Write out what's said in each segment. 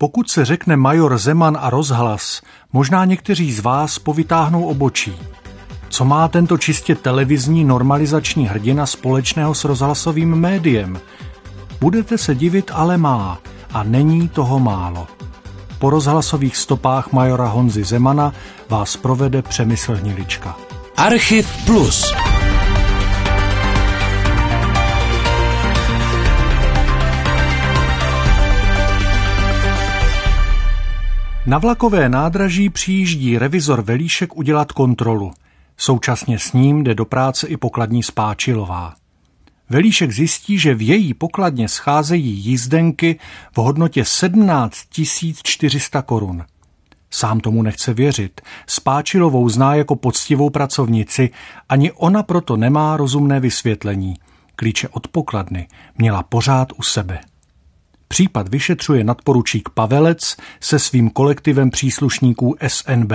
Pokud se řekne major Zeman a rozhlas, možná někteří z vás povytáhnou obočí. Co má tento čistě televizní normalizační hrdina společného s rozhlasovým médiem? Budete se divit, ale má. A není toho málo. Po rozhlasových stopách majora Honzy Zemana vás provede Přemysl Hnilička. Archiv Plus. Na vlakové nádraží přijíždí revizor Velíšek udělat kontrolu. Současně s ním jde do práce i pokladní Spáčilová. Velíšek zjistí, že v její pokladně scházejí jízdenky v hodnotě 17 400 korun. Sám tomu nechce věřit. Spáčilovou zná jako poctivou pracovnici, ani ona proto nemá rozumné vysvětlení. Klíče od pokladny měla pořád u sebe. Případ vyšetřuje nadporučík Pavelec se svým kolektivem příslušníků SNB.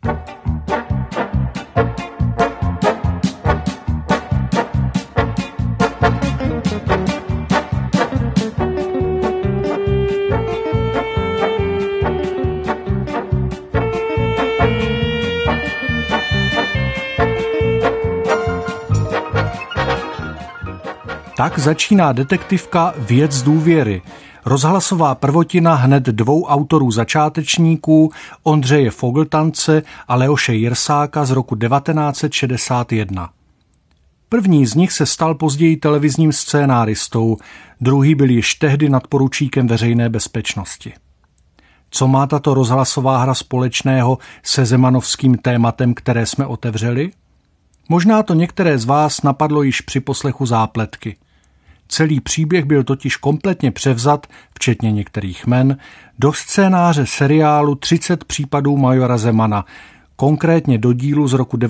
Tak začíná detektivka Věc důvěry. Rozhlasová prvotina hned dvou autorů začátečníků, Ondřeje Fogltance a Leoše Jirsáka z roku 1961. První z nich se stal později televizním scénáristou, druhý byl již tehdy nadporučíkem veřejné bezpečnosti. Co má tato rozhlasová hra společného se zemanovským tématem, které jsme otevřeli? Možná to některé z vás napadlo již při poslechu zápletky. Celý příběh byl totiž kompletně převzat, včetně některých jmen, do scénáře seriálu 30 případů majora Zemana, konkrétně do dílu z roku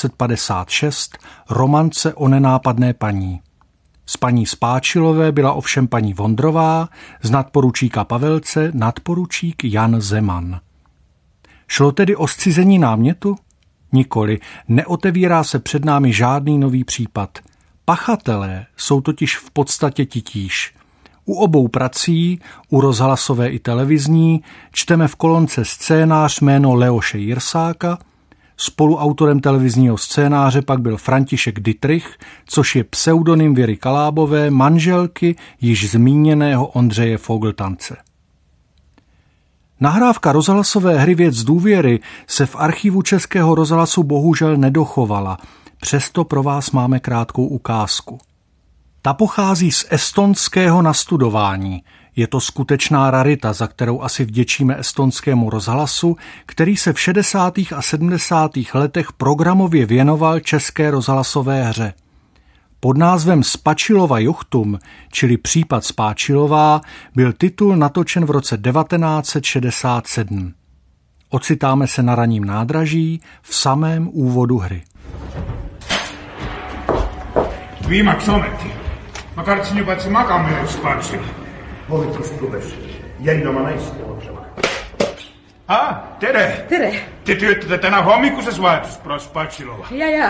1956 Romance o nenápadné paní. Z paní Spáčilové byla ovšem paní Vondrová, z nadporučíka Pavelce nadporučík Jan Zeman. Šlo tedy o zcizení námětu? Nikoli, neotevírá se před námi žádný nový případ. Pachatelé jsou totiž v podstatě titíž. U obou prací, u rozhlasové i televizní, čteme v kolonce scénář jméno Leoše Jirsáka, spoluautorem televizního scénáře pak byl František Dittrich, což je pseudonym Věry Kalábové, manželky již zmíněného Ondřeje Fogltance. Nahrávka rozhlasové hry Věc důvěry se v archivu Českého rozhlasu bohužel nedochovala, přesto pro vás máme krátkou ukázku. Ta pochází z estonského nastudování. Je to skutečná rarita, za kterou asi vděčíme estonskému rozhlasu, který se v 60. a 70. letech programově věnoval české rozhlasové hře. Pod názvem Spačilova Jochtum, čili Případ Spáčilová, byl titul natočen v roce 1967. Ocitáme se na ranním nádraží v samém úvodu hry. Viimaks ometi. Ma kartsin juba, et see magama jääb Spatšil. Hommikust luges. Jäin oma naist ootama. Tere! Tere! Te töötate täna hommikuses vahetus, proua Spatšilova. Ja.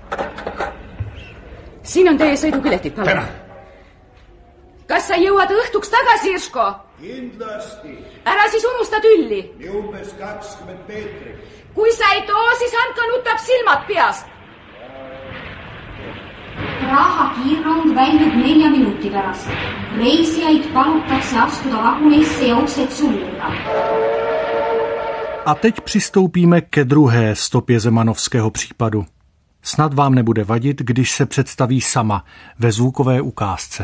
Siin on teie sõidupiletid, palun. Täna. Kas sa jõuad õhtuks tagasi, Irško? Kindlasti. Ära siis unusta tülli. Nii umbes 20 meetrit. Kui sa ei too, siis Anka nutab silmad peast. Praha kiirrong väljub 4 minuti pärast. Reisijaid palutakse astuda vagunisse ja uksed sulgeda. A teď přistoupíme ke druhé stopě zemanovského případu. Snad vám nebude vadit, když se představí sama ve zvukové ukázce.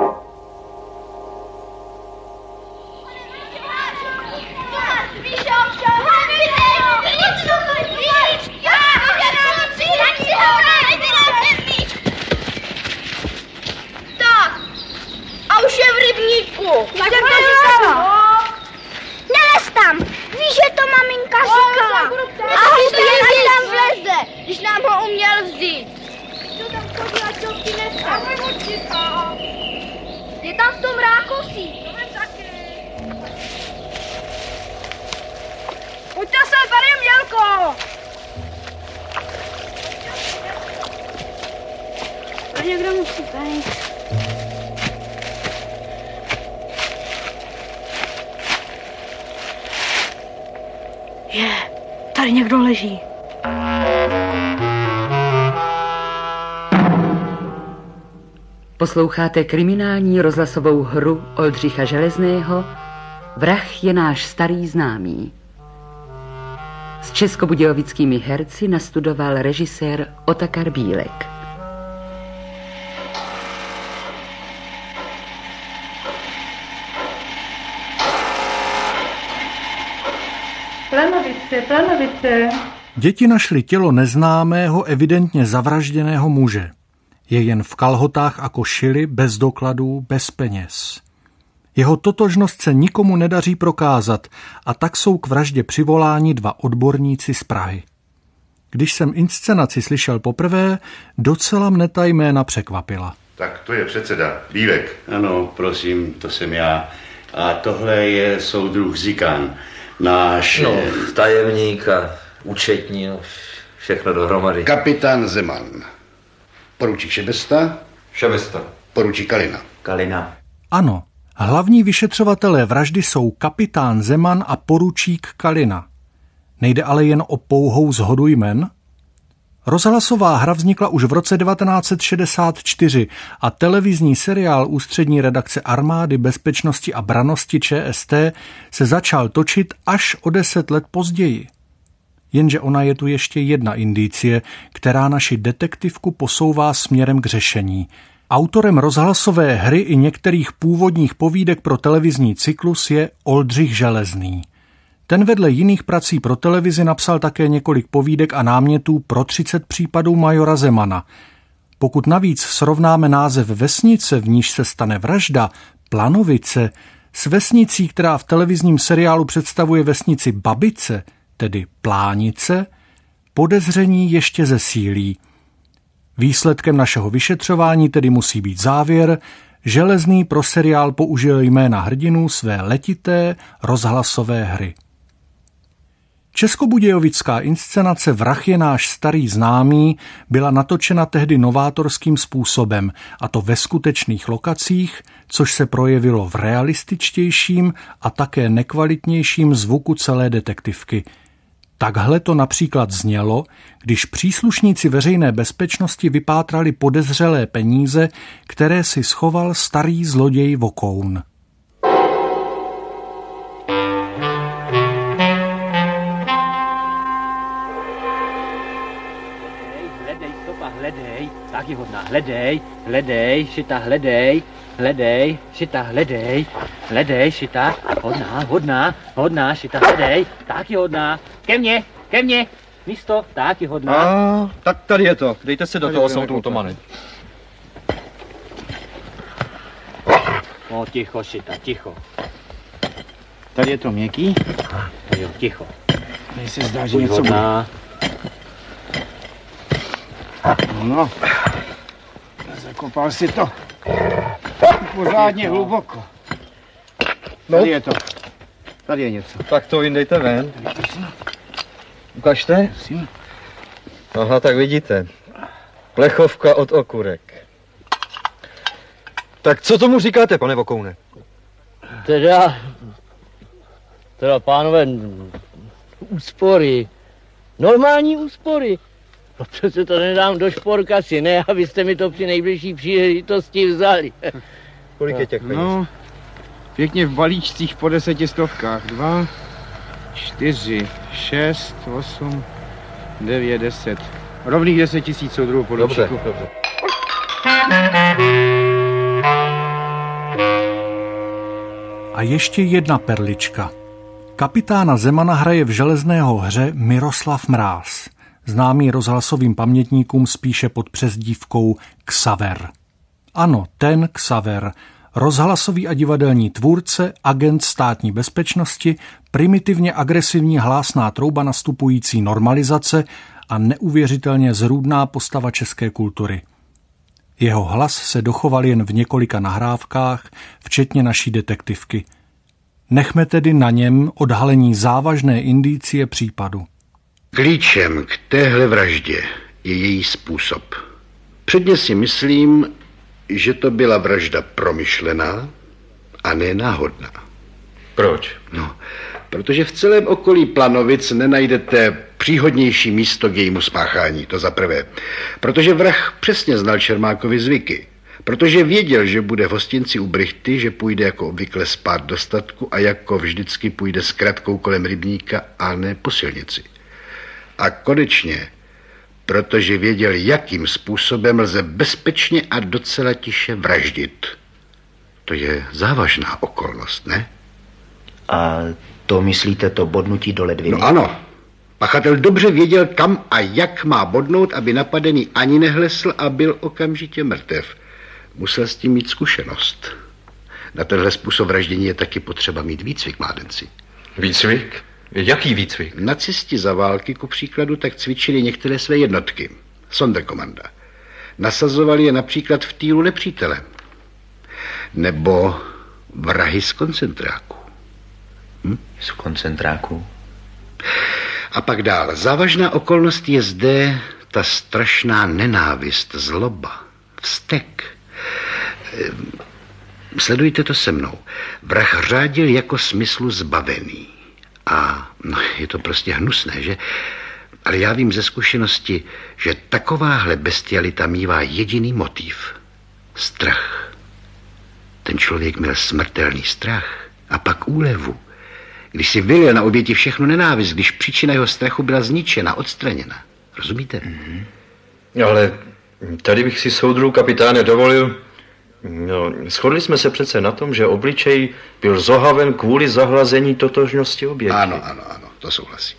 A už je v rybníku. Nelez tam. Víš, že to maminka říkala. A hlubě tam vleze, když nám ho uměl vzít. Co tam chodila, co ti nechce? Tady někdo leží. Posloucháte kriminální rozhlasovou hru Oldřicha Železného Vrah je náš starý známý. S českobudějovickými herci nastudoval režisér Otakar Bílek. Planovice. Děti našli tělo neznámého, evidentně zavražděného muže. Je jen v kalhotách a košili, bez dokladů, bez peněz. Jeho totožnost se nikomu nedaří prokázat a tak jsou k vraždě přivoláni 2 odborníci z Prahy. Když jsem inscenaci slyšel poprvé, docela mne ta jména překvapila. Tak to je předseda Bílek. Ano, prosím, to jsem já. A tohle je soudruh Zikán, náš... tajemník a účetní, všechno dohromady. Kapitán Zeman. Poručík Šebesta. Poručík Kalina. Ano, hlavní vyšetřovatelé vraždy jsou kapitán Zeman a poručík Kalina. Nejde ale jen o pouhou shodu jmen? Rozhlasová hra vznikla už v roce 1964 a televizní seriál ústřední redakce Armády bezpečnosti a brannosti ČST se začal točit až o 10 let později. Jenže ona je tu ještě jedna indicie, která naši detektivku posouvá směrem k řešení. Autorem rozhlasové hry i některých původních povídek pro televizní cyklus je Oldřich Železný. Ten vedle jiných prací pro televizi napsal také několik povídek a námětů pro 30 případů majora Zemana. Pokud navíc srovnáme název vesnice, v níž se stane vražda, Planovice, s vesnicí, která v televizním seriálu představuje vesnici Babice, tedy Plánice, podezření ještě zesílí. Výsledkem našeho vyšetřování tedy musí být závěr: Železný pro seriál použil jména hrdinů své letité rozhlasové hry. Českobudějovická inscenace Vrah je náš starý známý byla natočena tehdy novátorským způsobem, a to ve skutečných lokacích, což se projevilo v realističtějším a také nekvalitnějším zvuku celé detektivky. Takhle to například znělo, když příslušníci veřejné bezpečnosti vypátrali podezřelé peníze, které si schoval starý zloděj Vokoun. Hledej, tak je hodná, hledej, šita, hodná, šita, hledej, tak je hodná, ke mně, místo, tak je hodná. Tak tady je to, dejte se do toho, jsou tu otomany. Ticho, šita, ticho. Tady je to měkký, jo, ticho. Mně se zdá, že něco bude. No, zakopal si to pořádně hluboko. Tady je to. Tady je něco. Tak to vyndejte ven. Ukažte. Aha, tak vidíte. Plechovka od okurek. Tak co tomu říkáte, pane Vokoune? Teda pánové, úspory. Normální úspory. No přece to nedám do šporkasy, ne, abyste mi to při nejbližší příležitosti vzali. Kolik je těch peněz? No, pěkně v balíčcích po 10 stovkách. 2, 4, 6, 8, 9, 10. Rovných 10 000 soudruhů poručíku. Dobře. A ještě jedna perlička. Kapitána Zemana hraje v Železného hře Miroslav Mráz, známý rozhlasovým pamětníkům spíše pod přezdívkou Xaver. Ano, ten Xaver, rozhlasový a divadelní tvůrce, agent státní bezpečnosti, primitivně agresivní hlásná trouba nastupující normalizace a neuvěřitelně zrůdná postava české kultury. Jeho hlas se dochoval jen v několika nahrávkách, včetně naší detektivky. Nechme tedy na něm odhalení závažné indicie případu. Klíčem k téhle vraždě je její způsob. Předně si myslím, že to byla vražda promyšlená a ne náhodná. Proč? No, Protože v celém okolí Planovic nenajdete příhodnější místo k jejímu spáchání, to za prvé. Protože vrah přesně znal Čermákovi zvyky. Protože věděl, že bude v hostinci u Brychty, že půjde jako obvykle spát do statku a jako vždycky půjde s kratkou kolem rybníka a ne po silnici. A konečně, protože věděl, jakým způsobem lze bezpečně a docela tiše vraždit. To je závažná okolnost, ne? A to myslíte to bodnutí do ledviny? No ano. Pachatel dobře věděl, kam a jak má bodnout, aby napadený ani nehlesl a byl okamžitě mrtev. Musel s tím mít zkušenost. Na tenhle způsob vraždění je taky potřeba mít výcvik, mládenci. Výcvik? Jaký výcvik? Nacisti za války, ku příkladu, tak cvičili některé své jednotky. Sonderkommanda. Nasazovali je například v týlu nepřítele. Nebo vrahy z koncentráku. Z koncentráku? A pak dál. Závažná okolnost je zde ta strašná nenávist, zloba, vztek. Sledujte to se mnou. Vrah řádil jako smyslu zbavený. A no, je to prostě hnusné, že? Ale já vím ze zkušenosti, že takováhle bestialita mívá jediný motiv. Strach. Ten člověk měl smrtelný strach a pak úlevu. Když si vylil na oběti všechnu nenávist, když příčina jeho strachu byla zničena, odstraněna. Rozumíte? Ale tady bych si, soudru kapitáne, dovolil... No, shodli jsme se přece na tom, že obličej byl zohaven kvůli zahlazení totožnosti oběti. Ano, to souhlasí.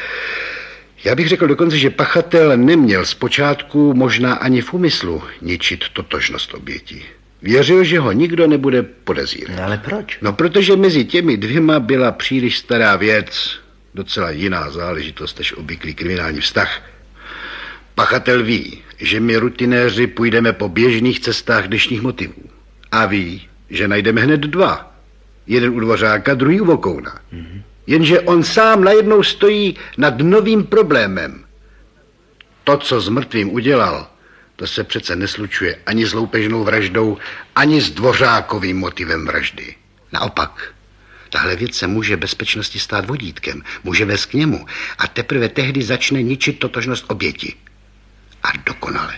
Já bych řekl dokonce, že pachatel neměl zpočátku možná ani v úmyslu ničit totožnost oběti. Věřil, že ho nikdo nebude podezírat. Ale proč? No, protože mezi těmi dvěma byla příliš stará věc, docela jiná záležitost než obvyklý kriminální vztah. Pachatel ví, že my rutinéři půjdeme po běžných cestách dnešních motivů. A ví, že najdeme hned dva. Jeden u Dvořáka, druhý u Vokouna. Jenže on sám najednou stojí nad novým problémem. To, co s mrtvým udělal, to se přece neslučuje ani s loupežnou vraždou, ani s Dvořákovým motivem vraždy. Naopak, tahle věc se může bezpečnosti stát vodítkem, může vést k němu a teprve tehdy začne ničit totožnost oběti. A dokonale.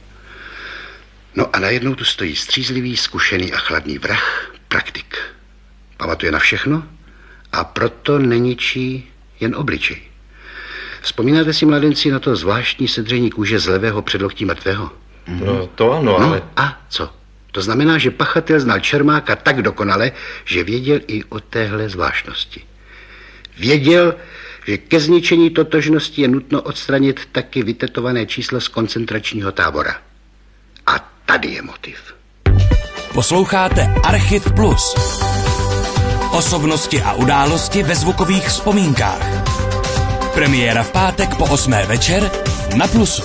No a najednou tu stojí střízlivý, zkušený a chladný vrah, praktik. Pamatuje na všechno a proto neničí jen obličej. Vzpomínáte si, mladenci, na to zvláštní sedření kůže z levého předloktí mrtvého? No, to ano, ale... No, a co? To znamená, že pachatel znal Čermáka tak dokonale, že věděl i o téhle zvláštnosti. Věděl, že ke zničení totožnosti je nutno odstranit taky vytetované číslo z koncentračního tábora. A tady je motiv. Posloucháte Archiv Plus. Osobnosti a události ve zvukových vzpomínkách. Premiéra v pátek po 8. večer na Plusu.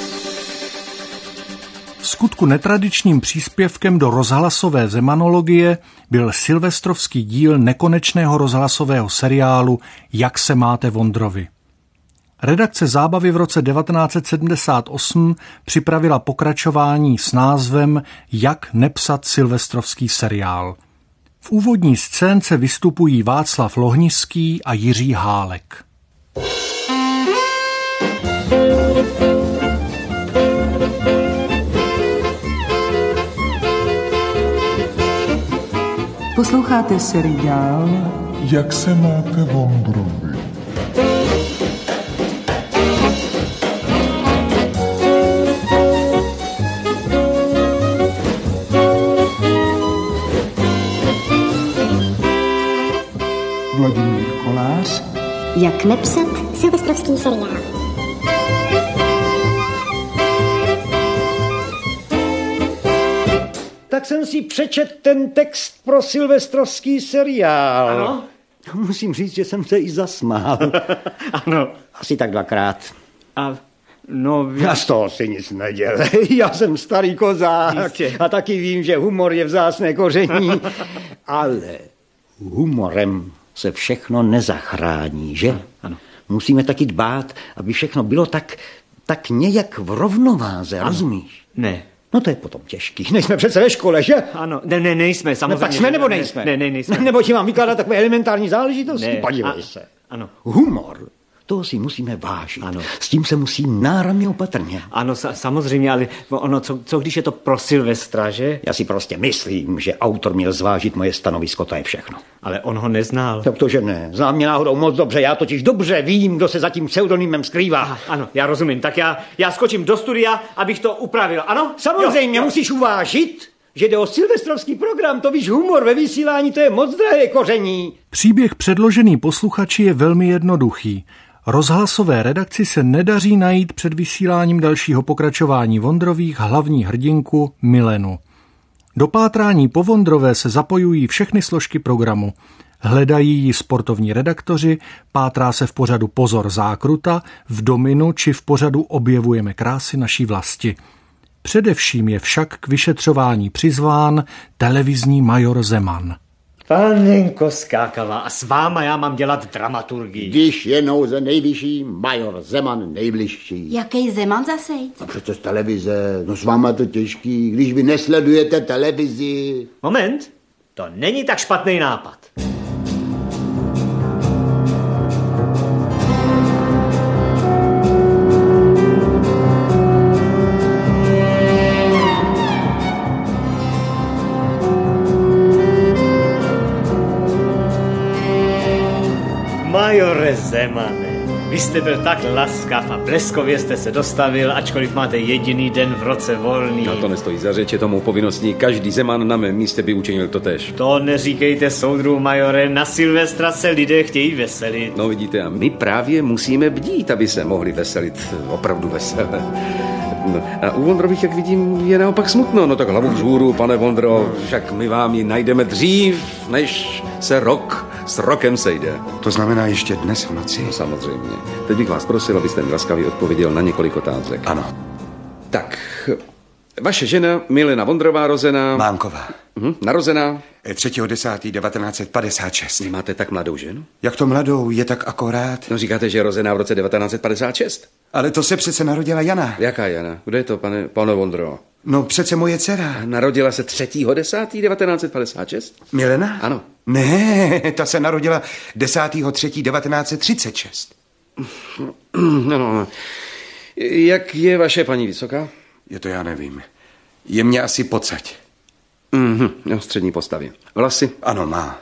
Vskutku netradičním příspěvkem do rozhlasové zemanologie byl silvestrovský díl nekonečného rozhlasového seriálu Jak se máte, Vondrovi. Redakce Zábavy v roce 1978 připravila pokračování s názvem Jak nepsat silvestrovský seriál. V úvodní scénce vystupují Václav Lohnický a Jiří Hálek. Posloucháte seriál Jak se máte, Vondrovi. Vladimír Kolář. Jak nepsat silvestrovský seriál. Tak jsem si přečet ten text pro silvestrovský seriál. Ano? Musím říct, že jsem se i zasmál. Ano. Asi tak 2krát. A no... Já z toho si nic nedělej. Já jsem starý kozák. Jistě. A taky vím, že humor je vzácné koření. Ale humorem se všechno nezachrání, že? Ano. Musíme taky dbát, aby všechno bylo tak nějak v rovnováze, rozumíš? Ne. No to je potom těžký. Nejsme přece ve škole, že? Ano, nejsme, samozřejmě. No, tak jsme nebo nejsme? Nejsme. Nebo ti mám vykládat takové elementární záležitosti? Podívej se. Ano. Humor. Toho si musíme vážit. Ano. S tím se musí náramně opatrně. Ano, samozřejmě, ale ono, co když je to pro Silvestra, že? Já si prostě myslím, že autor měl zvážit moje stanovisko, to je všechno. Ale on ho neznal. Tak to, že ne. Znám mě náhodou moc dobře, já totiž dobře vím, kdo se za tím pseudonymem skrývá. Ano, já rozumím, tak já skočím do studia, abych to upravil, ano? Samozřejmě, musíš uvážit, že jde o silvestrovský program, to víš, humor ve vysílání, to je moc drahé koření. Příběh předložený posluchači je velmi jednoduchý. Rozhlasové redakci se nedaří najít před vysíláním dalšího pokračování Vondrových hlavní hrdinku Milenu. Do pátrání po Vondrové se zapojují všechny složky programu. Hledají ji sportovní redaktoři, pátrá se v pořadu Pozor zákruta, v Dominu či v pořadu Objevujeme krásy naší vlasti. Především je však k vyšetřování přizván televizní major Zeman. Panenko Skákavá, a s váma já mám dělat dramaturgii. Když je nouze nejvyšší, major Zeman nejbližší. Jaký Zeman zasejc? No přece z televize, no s váma to těžký, když vy nesledujete televizi. Moment, to není tak špatný nápad. Majore Zemane, vy jste byl tak laskav a bleskově jste se dostavil, ačkoliv máte jediný den v roce volný. No to nestojí za řeč, je to mou povinností. Každý Zeman na mém místě by učinil totéž. To neříkejte, soudru majore, na Silvestra se lidé chtějí veselit. No vidíte, a my právě musíme bdít, aby se mohli veselit opravdu veselé. No, a u Vondrových, jak vidím, je naopak smutno. No tak hlavu vzhůru, pane Vondro, však my vám ji najdeme dřív, než se rok s rokem sejde. To znamená ještě dnes v noci? No, samozřejmě. Teď bych vás prosil, abyste mi laskavě odpověděl na několik otázek. Ano. Tak, vaše žena Milena Vondrová, rozená... Mánková. Narozená? 3.10.1956. Vy máte tak mladou ženu? Jak to mladou, je tak akorát. No říkáte, že je rozená v roce 1956. Ale to se přece narodila Jana. Jaká Jana? Kde je to, pane Vondro? No přece moje dcera. Narodila se 3.10.1956? Milena? Ano. Ne, ta se narodila 10.3.1936. No. Jak je vaše paní vysoká? Je to já nevím. Je mě asi pocať. No, střední postavy. Vlasy? Ano, má.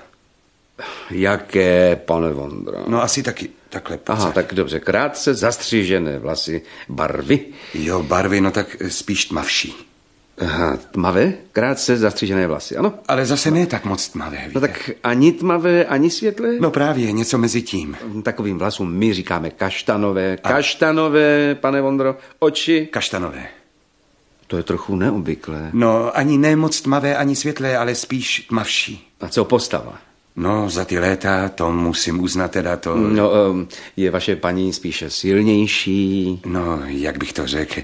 Jaké, pane Vondro? No asi taky takhle pocať. Aha, tak dobře, krátce zastřížené vlasy. Barvy? Jo, barvy, no tak spíš tmavší. Aha, tmavé? Krátce zastřížené vlasy, ano? Ale zase ne tak moc tmavé, víte? No tak ani tmavé, ani světlé? No právě, něco mezi tím. Takovým vlasům my říkáme kaštanové. Kaštanové, pane Vondro, oči? Kaštanové. To je trochu neobvyklé. No, ani ne moc tmavé, ani světlé, ale spíš tmavší. A co postava? No, za ty léta, to musím uznat teda to... No, je vaše paní spíše silnější? No, jak bych to řekl,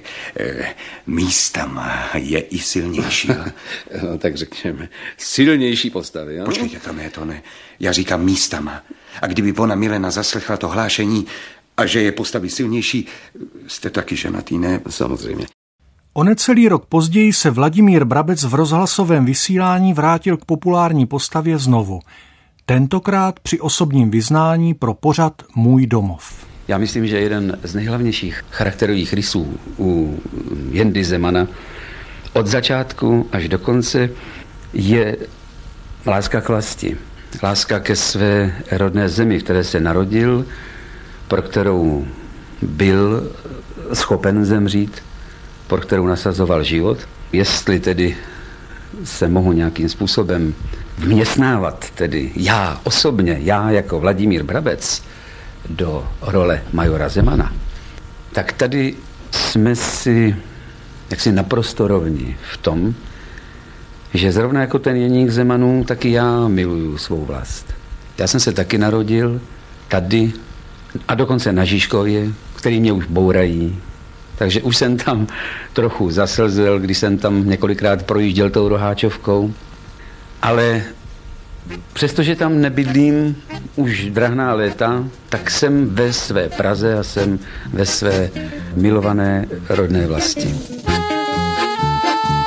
místama je i silnější. No, tak řekněme, silnější postavy, ano? Počkejte, to ne. Já říkám místama. A kdyby ona Milena zaslechla to hlášení a že je postavy silnější, jste taky ženatý, ne? Samozřejmě. O necelý rok později se Vladimír Brabec v rozhlasovém vysílání vrátil k populární postavě znovu. Tentokrát při osobním vyznání pro pořad Můj domov. Já myslím, že jeden z nejhlavnějších charakterových rysů u Jendy Zemana od začátku až do konce je láska k vlasti. Láska ke své rodné zemi, v které se narodil, pro kterou byl schopen zemřít, pro kterou nasazoval život. Jestli tedy se mohu nějakým způsobem vměstnávat, tedy já osobně, já jako Vladimír Brabec, do role majora Zemana, tak tady jsme si jaksi naprosto rovni v tom, že zrovna jako ten Jeník Zemanů, taky já miluju svou vlast. Já jsem se taky narodil tady a dokonce na Žižkově, který mě už bourají. Takže už jsem tam trochu zaslzel, když jsem tam několikrát projížděl tou Roháčovkou. Ale přestože tam nebydlím už drahná léta, tak jsem ve své Praze a jsem ve své milované rodné vlasti.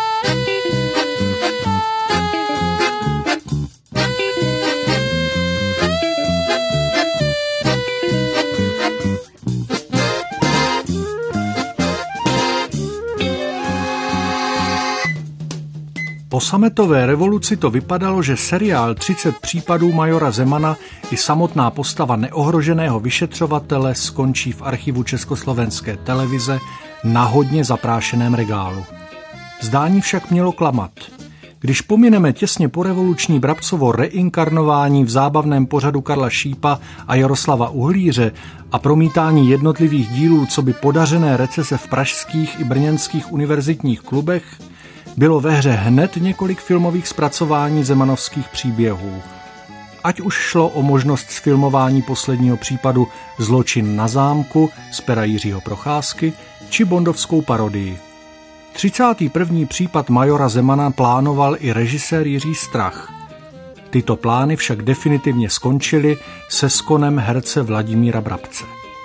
Po sametové revoluci to vypadalo, že seriál 30 případů majora Zemana i samotná postava neohroženého vyšetřovatele skončí v archivu Československé televize na hodně zaprášeném regálu. Zdání však mělo klamat. Když pomineme těsně porevoluční Brabcovo reinkarnování v zábavném pořadu Karla Šípa a Jaroslava Uhlíře a promítání jednotlivých dílů coby podařené recese v pražských i brněnských univerzitních klubech, bylo ve hře hned několik filmových zpracování zemanovských příběhů. Ať už šlo o možnost zfilmování posledního případu Zločin na zámku z pera Jiřího Procházky či bondovskou parodii. 31. případ majora Zemana plánoval i režisér Jiří Strach. Tyto plány však definitivně skončily se skonem herce Vladimíra Brabce.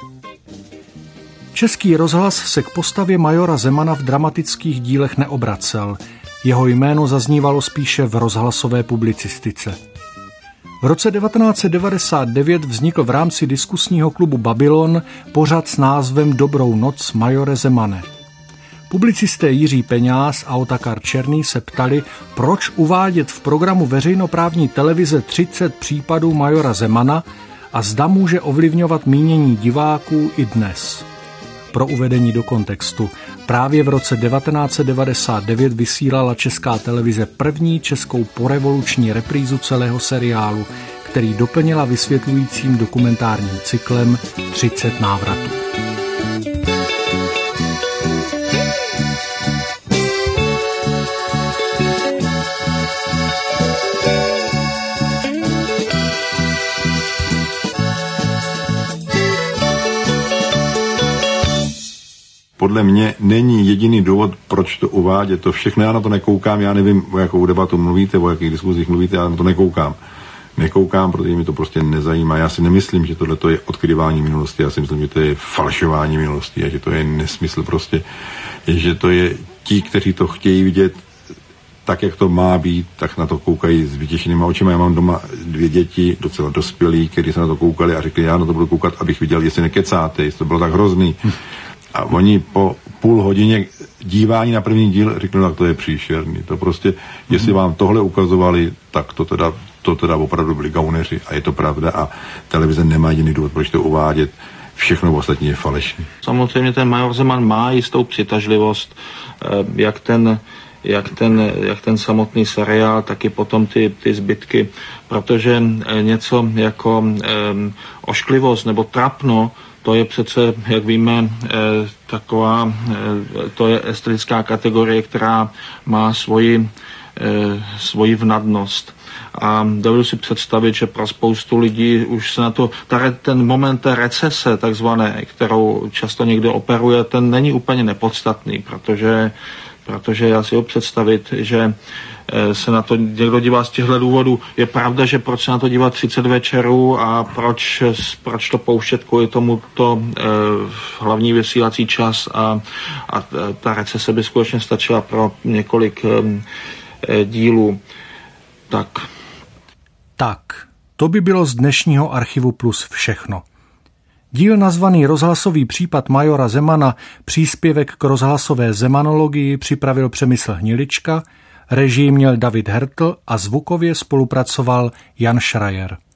Český rozhlas se k postavě majora Zemana v dramatických dílech neobracel. Jeho jméno zaznívalo spíše v rozhlasové publicistice. V roce 1999 vznikl v rámci diskusního klubu Babylon pořad s názvem Dobrou noc, majore Zemane. Publicisté Jiří Peňáz a Otakar Černý se ptali, proč uvádět v programu veřejnoprávní televize 30 případů majora Zemana a zda může ovlivňovat mínění diváků i dnes. Pro uvedení do kontextu, právě v roce 1999 vysílala Česká televize první českou porevoluční reprízu celého seriálu, který doplnila vysvětlujícím dokumentárním cyklem 30 návratů. Podle mě není jediný důvod, proč to uvádět. To všechno, já na to nekoukám, já nevím, o jakou debatu mluvíte, o jakých diskuzích mluvíte, já na to nekoukám. Nekoukám, protože mi to prostě nezajímá. Já si nemyslím, že tohle je odkrývání minulosti, já si myslím, že to je falšování minulosti a že to je nesmysl prostě, že to je ti, kteří to chtějí vidět tak, jak to má být, tak na to koukají s vytěšenýma očima. Já mám doma 2 děti, docela dospělí, kteří se na to koukali a řekli, já na to budu koukat, abych viděl, jestli nekecáte, jestli to bylo tak hrozný. A oni po půl hodině dívání na první díl řeknou, tak to je příšerný. To prostě, jestli vám tohle ukazovali, tak to teda opravdu byli gauneři a je to pravda a televize nemá jiný důvod, proč to uvádět. Všechno ostatní je falešné. Samozřejmě ten major Zeman má jistou přitažlivost, jak ten samotný seriál, tak i potom ty zbytky, protože něco jako ošklivost nebo trapno, to je přece, jak víme, to je estetická kategorie, která má svoji vnadnost. A dovedu si představit, že pro spoustu lidí už se na to, ten moment té recese takzvané, kterou často někdo operuje, ten není úplně nepodstatný, protože já si ho představit, že se na to někdo dívá z těchto důvodů. Je pravda, že proč se na to dívat 30 večerů a proč to pouštět kvůli tomuto hlavní vysílací čas a ta recese by skutečně stačila pro několik dílů. Tak, to by bylo z dnešního Archivu Plus všechno. Díl nazvaný Rozhlasový případ majora Zemana, příspěvek k rozhlasové zemanologii připravil Přemysl Hnilička, režii měl David Hertl a zvukově spolupracoval Jan Schreier.